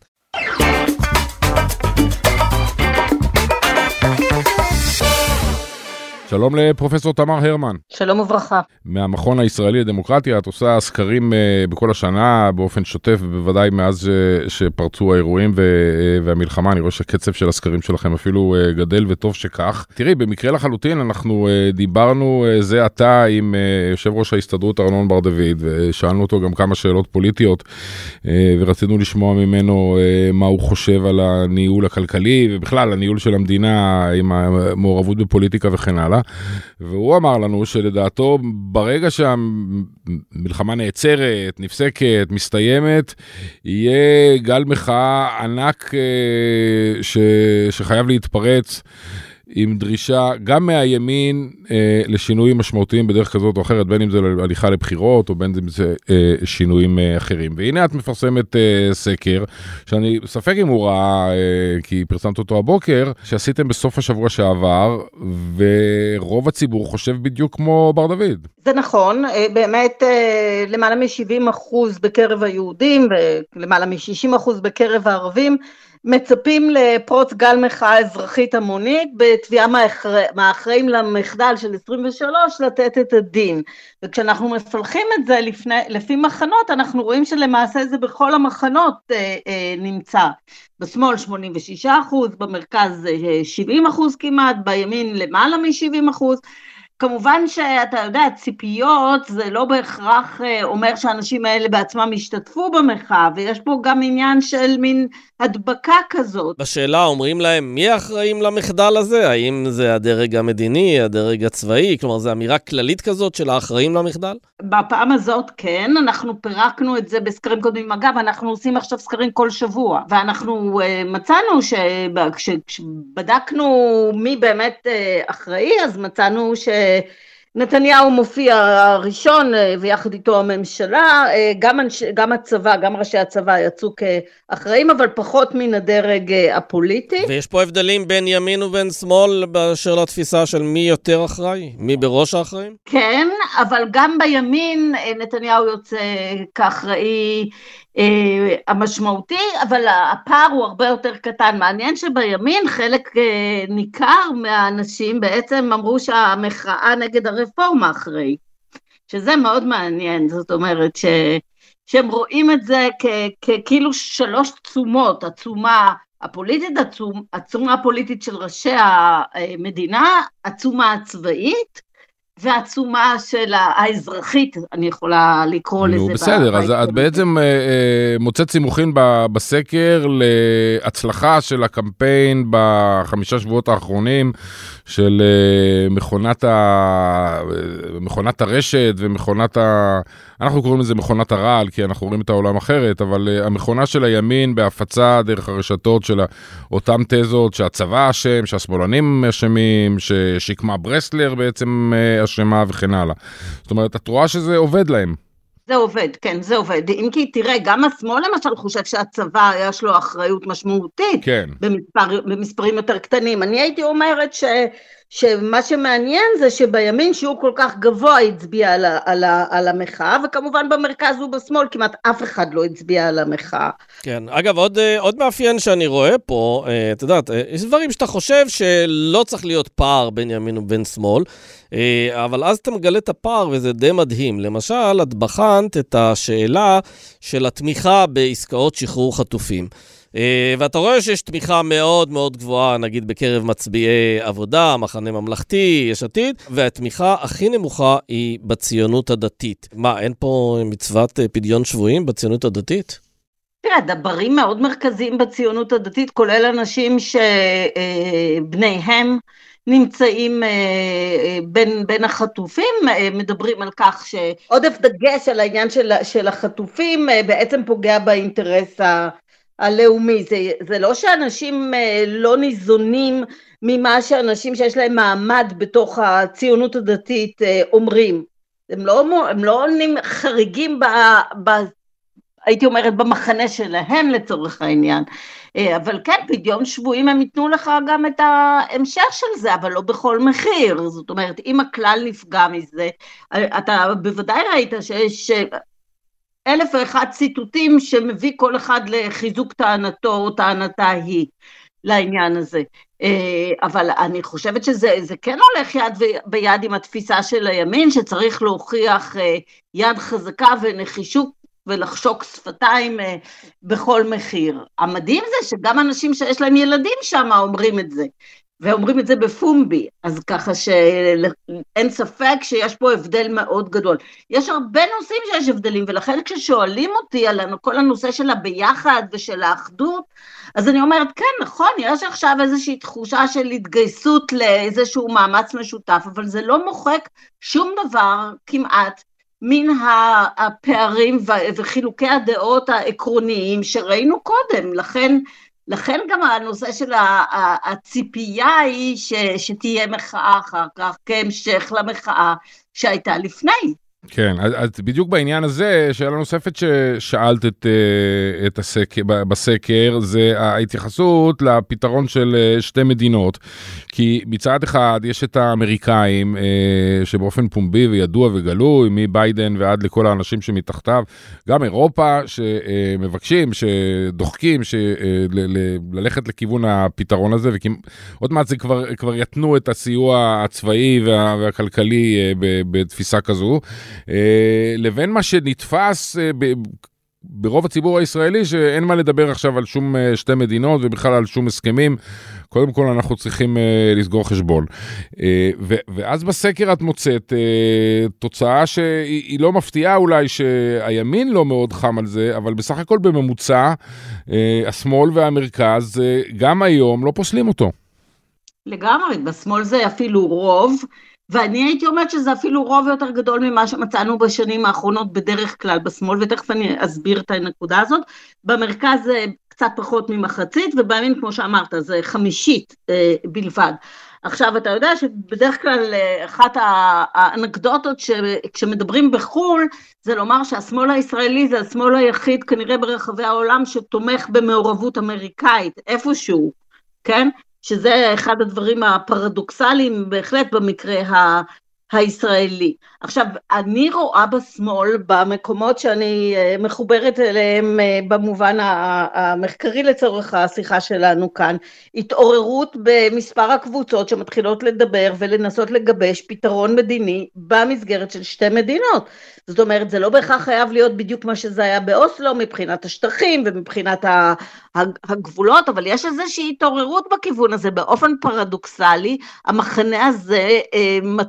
שלום לפרופסור תמר הרמן. שלום וברכה. מהמכון הישראלי לדמוקרטיה, את עושה סקרים בכל השנה באופן שוטף, ובוודאי מאז שפרצו האירועים והמלחמה, אני רואה שקצב של הסקרים שלכם אפילו גדל וטוב שכך. תראי, במקרה לחלוטין אנחנו דיברנו זה עתה עם יושב ראש ההסתדרות ארנון בר דוד, ושאלנו אותו גם כמה שאלות פוליטיות, ורצינו לשמוע ממנו מה הוא חושב על הניהול הכלכלי, ובכלל הניהול של המדינה עם המעורבות בפוליטיקה וכן הלאה. והוא אמר לנו שלדעתו ברגע שהמלחמה נעצרת, נפסקת, מסתיימת, יהיה גל מחאה ענק ש... שחייב להתפרץ עם דרישה גם מהימין אה, לשינויים משמעותיים בדרך כזאת או אחרת, בין אם זה הליכה לבחירות או בין אם זה אה, שינויים אה, אחרים. והנה את מפרסמת אה, סקר, שאני ספק אם הוא ראה, אה, כי פרסמת אותו הבוקר, שעשיתם בסוף השבוע שעבר, ורוב הציבור חושב בדיוק כמו בר דוד. זה נכון, אה, באמת אה, למעלה מ-שבעים אחוז בקרב היהודים, ולמעלה מ-שישים אחוז בקרב הערבים, מצפים לפרוץ גל מחאה אזרחית המונית, בתביעה מאחראים למחדל של עשרים ושלוש לתת את הדין. וכשאנחנו מפלחים את זה לפני, לפי מחנות, אנחנו רואים שלמעשה זה בכל המחנות אה, אה, נמצא. בשמאל שמונים ושישה אחוז, במרכז שבעים אחוז כמעט, בימין למעלה מ-שבעים אחוז. כמובן שאתה יודע, ציפיות זה לא בהכרח אומר שהאנשים האלה בעצמם השתתפו במחאה, ויש פה גם עניין של מין הדבקה כזאת. בשאלה אומרים להם מי האחראים למחדל הזה? האם זה הדרג המדיני, הדרג הצבאי? כלומר, זו אמירה כללית כזאת של האחראים למחדל? בפעם הזאת כן, אנחנו פירקנו את זה בסקרים קודמים. אגב, אנחנו עושים עכשיו סקרים כל שבוע, ואנחנו uh, מצאנו שבדקנו מי באמת uh, אחראי, אז מצאנו ש... נתניהו מופיע הראשון ויחד איתו הממשלה, גם, אנש, גם הצבא, גם ראשי הצבא יצאו כאחראים, אבל פחות מן הדרג הפוליטי. ויש פה הבדלים בין ימין ובין שמאל באשר לתפיסה של מי יותר אחראי? מי בראש האחראים? כן, אבל גם בימין נתניהו יוצא כאחראי המשמעותי, אבל הפער הוא הרבה יותר קטן. מעניין שבימין חלק ניכר מהאנשים בעצם אמרו שהמחאה נגד הרפורמה אחרי, שזה מאוד מעניין. זאת אומרת ש... שהם רואים את זה ככאילו שלוש תשומות, התשומה הפוליטית, התשומה הפוליטית של ראשי המדינה, התשומה הצבאית, והעצומה של האזרחית, אני יכולה לקרוא לזה. נו, בסדר, אז את בעצם מוצאת סימוכין בסקר להצלחה של הקמפיין בחמישה שבועות האחרונים, של מכונת, ה... מכונת הרשת ומכונת ה... אנחנו קוראים לזה מכונת הרעל, כי אנחנו רואים את העולם אחרת, אבל המכונה של הימין בהפצה דרך הרשתות של אותם תזות, שהצבא אשם, שהשמאלנים אשמים, ששקמה ברסלר בעצם אשמה וכן הלאה. זאת אומרת, את רואה שזה עובד להם. זה עובד, כן, זה עובד. אם כי תראה, גם השמאל למשל חושב שהצבא יש לו אחריות משמעותית, כן. במספר, במספרים יותר קטנים. אני הייתי אומרת ש, שמה שמעניין זה שבימין שיעור כל כך גבוה הצביע על, על, על המחאה, וכמובן במרכז ובשמאל כמעט אף אחד לא הצביע על המחאה. כן, אגב, עוד, עוד מאפיין שאני רואה פה, את יודעת, יש דברים שאתה חושב שלא צריך להיות פער בין ימין ובין שמאל, אבל אז אתה מגלה את הפער וזה די מדהים. למשל, את בחנת את השאלה של התמיכה בעסקאות שחרור חטופים. ואתה רואה שיש תמיכה מאוד מאוד גבוהה, נגיד בקרב מצביעי עבודה, מחנה ממלכתי, יש עתיד, והתמיכה הכי נמוכה היא בציונות הדתית. מה, אין פה מצוות פדיון שבויים בציונות הדתית? תראה, דברים מאוד מרכזיים בציונות הדתית, כולל אנשים שבניהם נמצאים בין, בין החטופים, מדברים על כך שעודף דגש על העניין של, של החטופים בעצם פוגע באינטרס ה... הלאומי. זה, זה לא שאנשים לא ניזונים ממה שאנשים שיש להם מעמד בתוך הציונות הדתית אומרים. הם לא, הם לא חריגים ב, ב, הייתי אומרת במחנה שלהם לצורך העניין. אבל כן, פדיון שבויים הם ייתנו לך גם את ההמשך של זה, אבל לא בכל מחיר. זאת אומרת, אם הכלל נפגע מזה, אתה בוודאי ראית שיש אלף ואחד ציטוטים שמביא כל אחד לחיזוק טענתו או טענתה היא לעניין הזה. אבל אני חושבת שזה זה כן הולך יד ביד עם התפיסה של הימין, שצריך להוכיח יד חזקה ונחישות ולחשוק שפתיים בכל מחיר. המדהים זה שגם אנשים שיש להם ילדים שם אומרים את זה. ואומרים את זה בפומבי, אז ככה שאין ספק שיש פה הבדל מאוד גדול. יש הרבה נושאים שיש הבדלים, ולכן כששואלים אותי על כל הנושא של הביחד ושל האחדות, אז אני אומרת, כן, נכון, יש עכשיו איזושהי תחושה של התגייסות לאיזשהו מאמץ משותף, אבל זה לא מוחק שום דבר כמעט מן הפערים וחילוקי הדעות העקרוניים שראינו קודם, לכן לכן גם הנושא של הציפייה היא ש, שתהיה מחאה אחר כך, כהמשך למחאה שהייתה לפני. כן, אז בדיוק בעניין הזה, שאלה נוספת ששאלת את, את הסקר, בסקר, זה ההתייחסות לפתרון של שתי מדינות, כי מצד אחד יש את האמריקאים, שבאופן פומבי וידוע וגלוי, מביידן ועד לכל האנשים שמתחתיו, גם אירופה שמבקשים, שדוחקים, ללכת לכיוון הפתרון הזה, ועוד מעט זה כבר, כבר יתנו את הסיוע הצבאי וה, והכלכלי בתפיסה כזו, לבין מה שנתפס ברוב הציבור הישראלי, שאין מה לדבר עכשיו על שום שתי מדינות ובכלל על שום הסכמים. קודם כל אנחנו צריכים לסגור חשבון. ואז בסקר את מוצאת תוצאה שהיא לא מפתיעה אולי, שהימין לא מאוד חם על זה, אבל בסך הכל בממוצע השמאל והמרכז גם היום לא פוסלים אותו. לגמרי, בשמאל זה אפילו רוב, ואני הייתי אומרת שזה אפילו רוב יותר גדול ממה שמצאנו בשנים האחרונות בדרך כלל בשמאל, ותכף אני אסביר את הנקודה הזאת. במרכז זה קצת פחות ממחצית, ובימין כמו שאמרת זה חמישית אה, בלבד. עכשיו אתה יודע שבדרך כלל אחת האנקדוטות שכשמדברים בחול, זה לומר שהשמאל הישראלי זה השמאל היחיד כנראה ברחבי העולם שתומך במעורבות אמריקאית, איפשהו, כן? שזה אחד הדברים הפרדוקסליים בהחלט במקרה ה... הישראלי. עכשיו, אני רואה בשמאל, במקומות שאני מחוברת אליהם במובן המחקרי לצורך השיחה שלנו כאן, התעוררות במספר הקבוצות שמתחילות לדבר ולנסות לגבש פתרון מדיני במסגרת של שתי מדינות. זאת אומרת, זה לא בהכרח חייב להיות בדיוק מה שזה היה באוסלו, מבחינת השטחים ומבחינת הגבולות, אבל יש איזושהי התעוררות בכיוון הזה, באופן פרדוקסלי, המחנה הזה מתחיל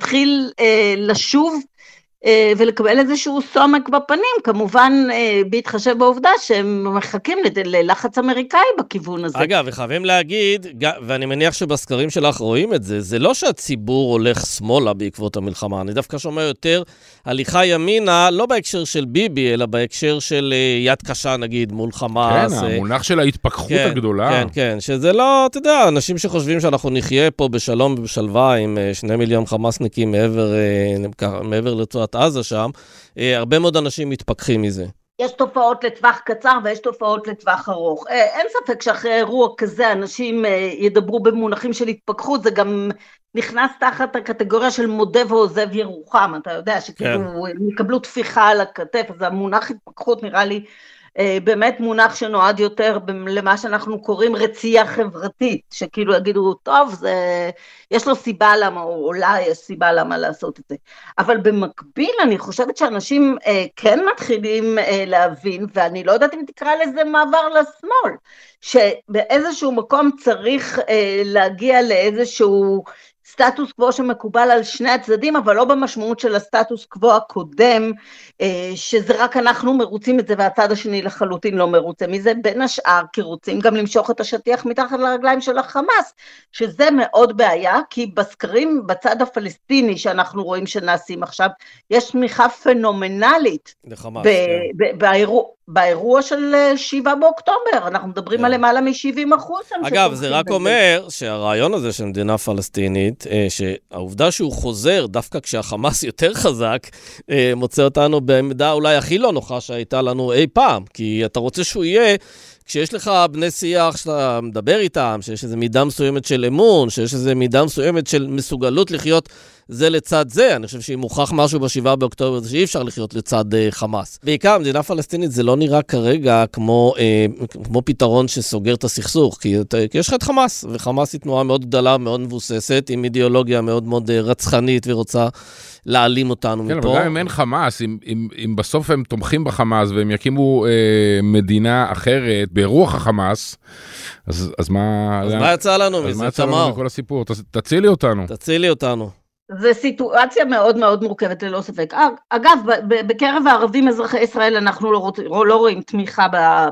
אה, לשוב ולקבל איזשהו סומק בפנים, כמובן בהתחשב בעובדה שהם מחכים ללחץ אמריקאי בכיוון הזה. אגב, וחייבים להגיד, ואני מניח שבסקרים שלך רואים את זה, זה לא שהציבור הולך שמאלה בעקבות המלחמה, אני דווקא שומע יותר הליכה ימינה, לא בהקשר של ביבי, אלא בהקשר של יד קשה נגיד מול חמאס. כן, המונח של ההתפכחות כן, הגדולה. כן, כן, שזה לא, אתה יודע, אנשים שחושבים שאנחנו נחיה פה בשלום ובשלווה עם שני מיליון חמאסניקים מעבר, מעבר לרצועת עזה שם, הרבה מאוד אנשים מתפכחים מזה. יש תופעות לטווח קצר ויש תופעות לטווח ארוך. אין ספק שאחרי אירוע כזה אנשים ידברו במונחים של התפכחות, זה גם נכנס תחת הקטגוריה של מודה ועוזב ירוחם, אתה יודע שכאילו הם יקבלו תפיחה על הכתף, אז המונח התפכחות נראה לי באמת מונח שנועד יותר למה שאנחנו קוראים רצייה חברתית, שכאילו יגידו, טוב, זה, יש לו סיבה למה, או אולי יש סיבה למה לעשות את זה. אבל במקביל אני חושבת שאנשים אה, כן מתחילים אה, להבין, ואני לא יודעת אם תקרא לזה מעבר לשמאל, שבאיזשהו מקום צריך אה, להגיע לאיזשהו סטטוס קוו שמקובל על שני הצדדים, אבל לא במשמעות של הסטטוס קוו הקודם, שזה רק אנחנו מרוצים את זה, והצד השני לחלוטין לא מרוצה מזה, בין השאר, כי רוצים גם למשוך את השטיח מתחת לרגליים של החמאס, שזה מאוד בעיה, כי בסקרים בצד הפלסטיני שאנחנו רואים שנעשים עכשיו, יש תמיכה פנומנלית לחמאס, ב- ב- באירוע, באירוע של שבעה באוקטובר, אנחנו מדברים על למעלה מ-שבעים אחוז. אגב, זה רק אומר שהרעיון הזה של מדינה פלסטינית, שהעובדה שהוא חוזר דווקא כשהחמאס יותר חזק, מוצא אותנו בעמדה אולי הכי לא נוחה שהייתה לנו אי פעם, כי אתה רוצה שהוא יהיה, כשיש לך בני שיח שאתה מדבר איתם, שיש איזו מידה מסוימת של אמון, שיש איזו מידה מסוימת של מסוגלות לחיות זה לצד זה, אני חושב שאם מוכח משהו בשבעה באוקטובר, זה שאי אפשר לחיות לצד אה, חמאס. בעיקר, מדינה פלסטינית זה לא נראה כרגע כמו, אה, כמו פתרון שסוגר את הסכסוך, כי, כי יש לך את חמאס, וחמאס היא תנועה מאוד גדולה, מאוד מבוססת, עם אידיאולוגיה מאוד מאוד אה, רצחנית, ורוצה להעלים אותנו כן, מפה. אבל גם אם אין חמאס, אם, אם, אם בסוף הם תומכים בחמאס, והם יקימו אה, מדינה אחרת, ברוח החמאס, אז, אז מה... אז מה יצא לנו מזה? אז מה יצא לנו מכל הסיפור? ת, תצילי אותנו. תצילי אותנו. זו סיטואציה מאוד מאוד מורכבת ללא ספק. אגב, בקרב הערבים אזרחי ישראל אנחנו לא, לא רואים תמיכה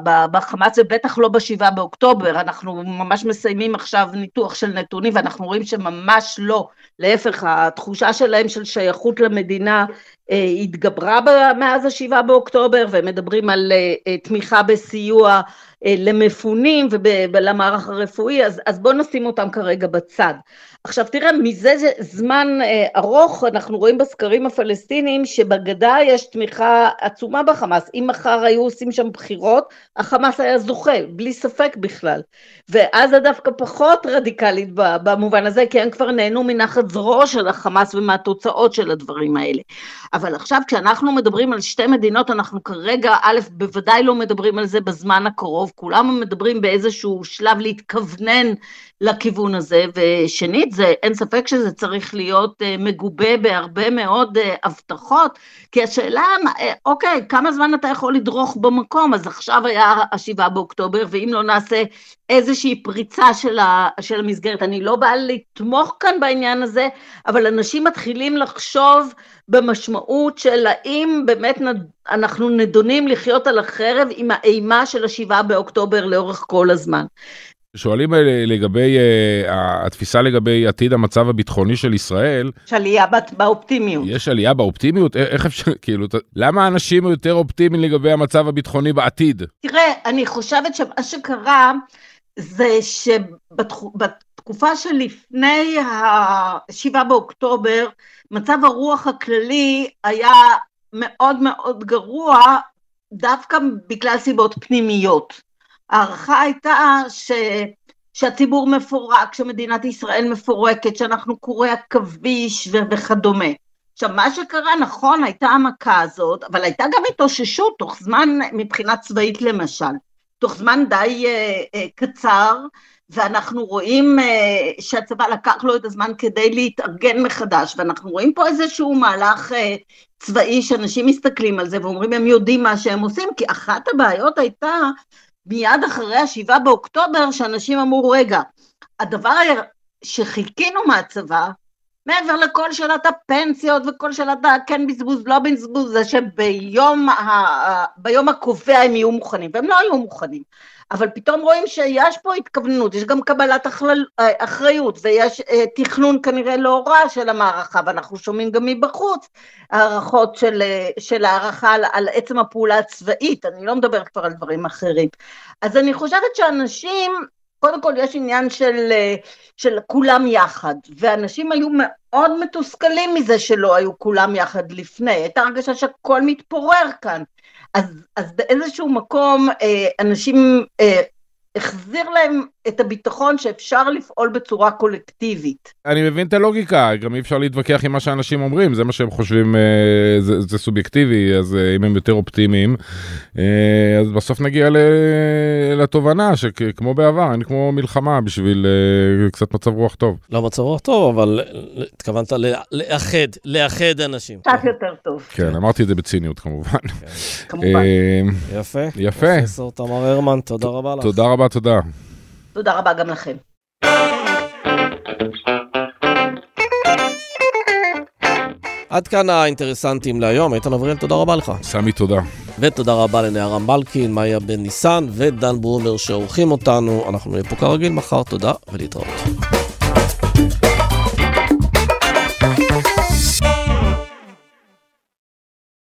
בחמאס, ובטח לא בשבעה באוקטובר, אנחנו ממש מסיימים עכשיו ניתוח של נתונים, ואנחנו רואים שממש לא, להפך, התחושה שלהם של שייכות למדינה התגברה מאז השבעה באוקטובר, והם מדברים על תמיכה בסיוע למפונים ולמערך הרפואי, אז, אז בואו נשים אותם כרגע בצד. עכשיו תראה, מזה זמן ארוך אנחנו רואים בסקרים הפלסטינים שבגדה יש תמיכה עצומה בחמאס, אם מחר היו עושים שם בחירות, החמאס היה זוכה, בלי ספק בכלל, ואז זה דווקא פחות רדיקלית במובן הזה, כי הם כבר נהנו מנחת זרוע של החמאס ומהתוצאות של הדברים האלה. אבל עכשיו כשאנחנו מדברים על שתי מדינות, אנחנו כרגע, א', בוודאי לא מדברים על זה בזמן הקרוב, כולם מדברים באיזשהו שלב להתכוונן לכיוון הזה, ושנית, זה, אין ספק שזה צריך להיות מגובה בהרבה מאוד הבטחות, כי השאלה, אוקיי, כמה זמן אתה יכול לדרוך במקום, אז עכשיו היה השבעה באוקטובר, ואם לא נעשה איזושהי פריצה של, ה, של המסגרת, אני לא באה לתמוך כאן בעניין הזה, אבל אנשים מתחילים לחשוב במשמעות של האם באמת אנחנו נדונים לחיות על החרב עם האימה של השבעה באוקטובר לאורך כל הזמן. שואלים לגבי, התפיסה לגבי עתיד המצב הביטחוני של ישראל. יש עלייה באופטימיות. יש עלייה באופטימיות? איך אפשר, כאילו, למה האנשים יותר אופטימיים לגבי המצב הביטחוני בעתיד? תראה, אני חושבת שמה שקרה זה שבתקופה שלפני השבעה באוקטובר, מצב הרוח הכללי היה מאוד מאוד גרוע, דווקא בגלל סיבות פנימיות. הערכה הייתה ש... שהציבור מפורק, שמדינת ישראל מפורקת, שאנחנו קוראי הכביש ו... וכדומה. עכשיו, מה שקרה, נכון, הייתה המכה הזאת, אבל הייתה גם התאוששות, תוך זמן, מבחינה צבאית למשל, תוך זמן די אה, אה, קצר, ואנחנו רואים אה, שהצבא לקח לו את הזמן כדי להתארגן מחדש, ואנחנו רואים פה איזשהו מהלך אה, צבאי, שאנשים מסתכלים על זה, ואומרים, הם יודעים מה שהם עושים, כי אחת הבעיות הייתה, מיד אחרי השבעה באוקטובר, שאנשים אמרו, רגע, הדבר שחיכינו מהצבא, מעבר לכל שאלת הפנסיות וכל שאלת כן בזבוז, לא בזבוז, זה שביום ה... ביום הקובע הם יהיו מוכנים, והם לא היו מוכנים. אבל פתאום רואים שיש פה התכוונות, יש גם קבלת אחריות, ויש תכנון כנראה לא רע של המערכה, ואנחנו שומעים גם מבחוץ, הערכות של, של הערכה על, על עצם הפעולה הצבאית, אני לא מדבר כבר על דברים אחרים. אז אני חושבת שאנשים, קודם כל יש עניין של, של כולם יחד, ואנשים היו מאוד מתוסכלים מזה שלא היו כולם יחד לפני, הייתה הרגשה שהכל מתפורר כאן, אז, אז באיזשהו מקום אנשים החזיר להם את הביטחון שאפשר לפעול בצורה קולקטיבית. אני מבין את הלוגיקה, גם אי אפשר להתווכח עם מה שאנשים אומרים, זה מה שהם חושבים, זה, זה סובייקטיבי, אז אם הם יותר אופטימיים, אז בסוף נגיע לתובנה שכמו בעבר, אין כמו מלחמה בשביל קצת מצב רוח טוב. לא מצב רוח טוב, אבל התכוונת לאחד, לאחד אנשים. קצת יותר טוב. כן, אמרתי את זה בציניות כמובן. כמובן. יפה. יפה. פרופסור תמר הרמן, תודה רבה לך. תודה רבה, תודה. תודה רבה גם לכם. עד כאן האינטרסנטים להיום. איתן אבריאל, תודה רבה לך. סמי, תודה. ותודה רבה לנערה מלכין, מאיה בן ניסן ודן ברומר שעורכים אותנו. אנחנו נהיה פה כרגיל מחר, תודה ולהתראות.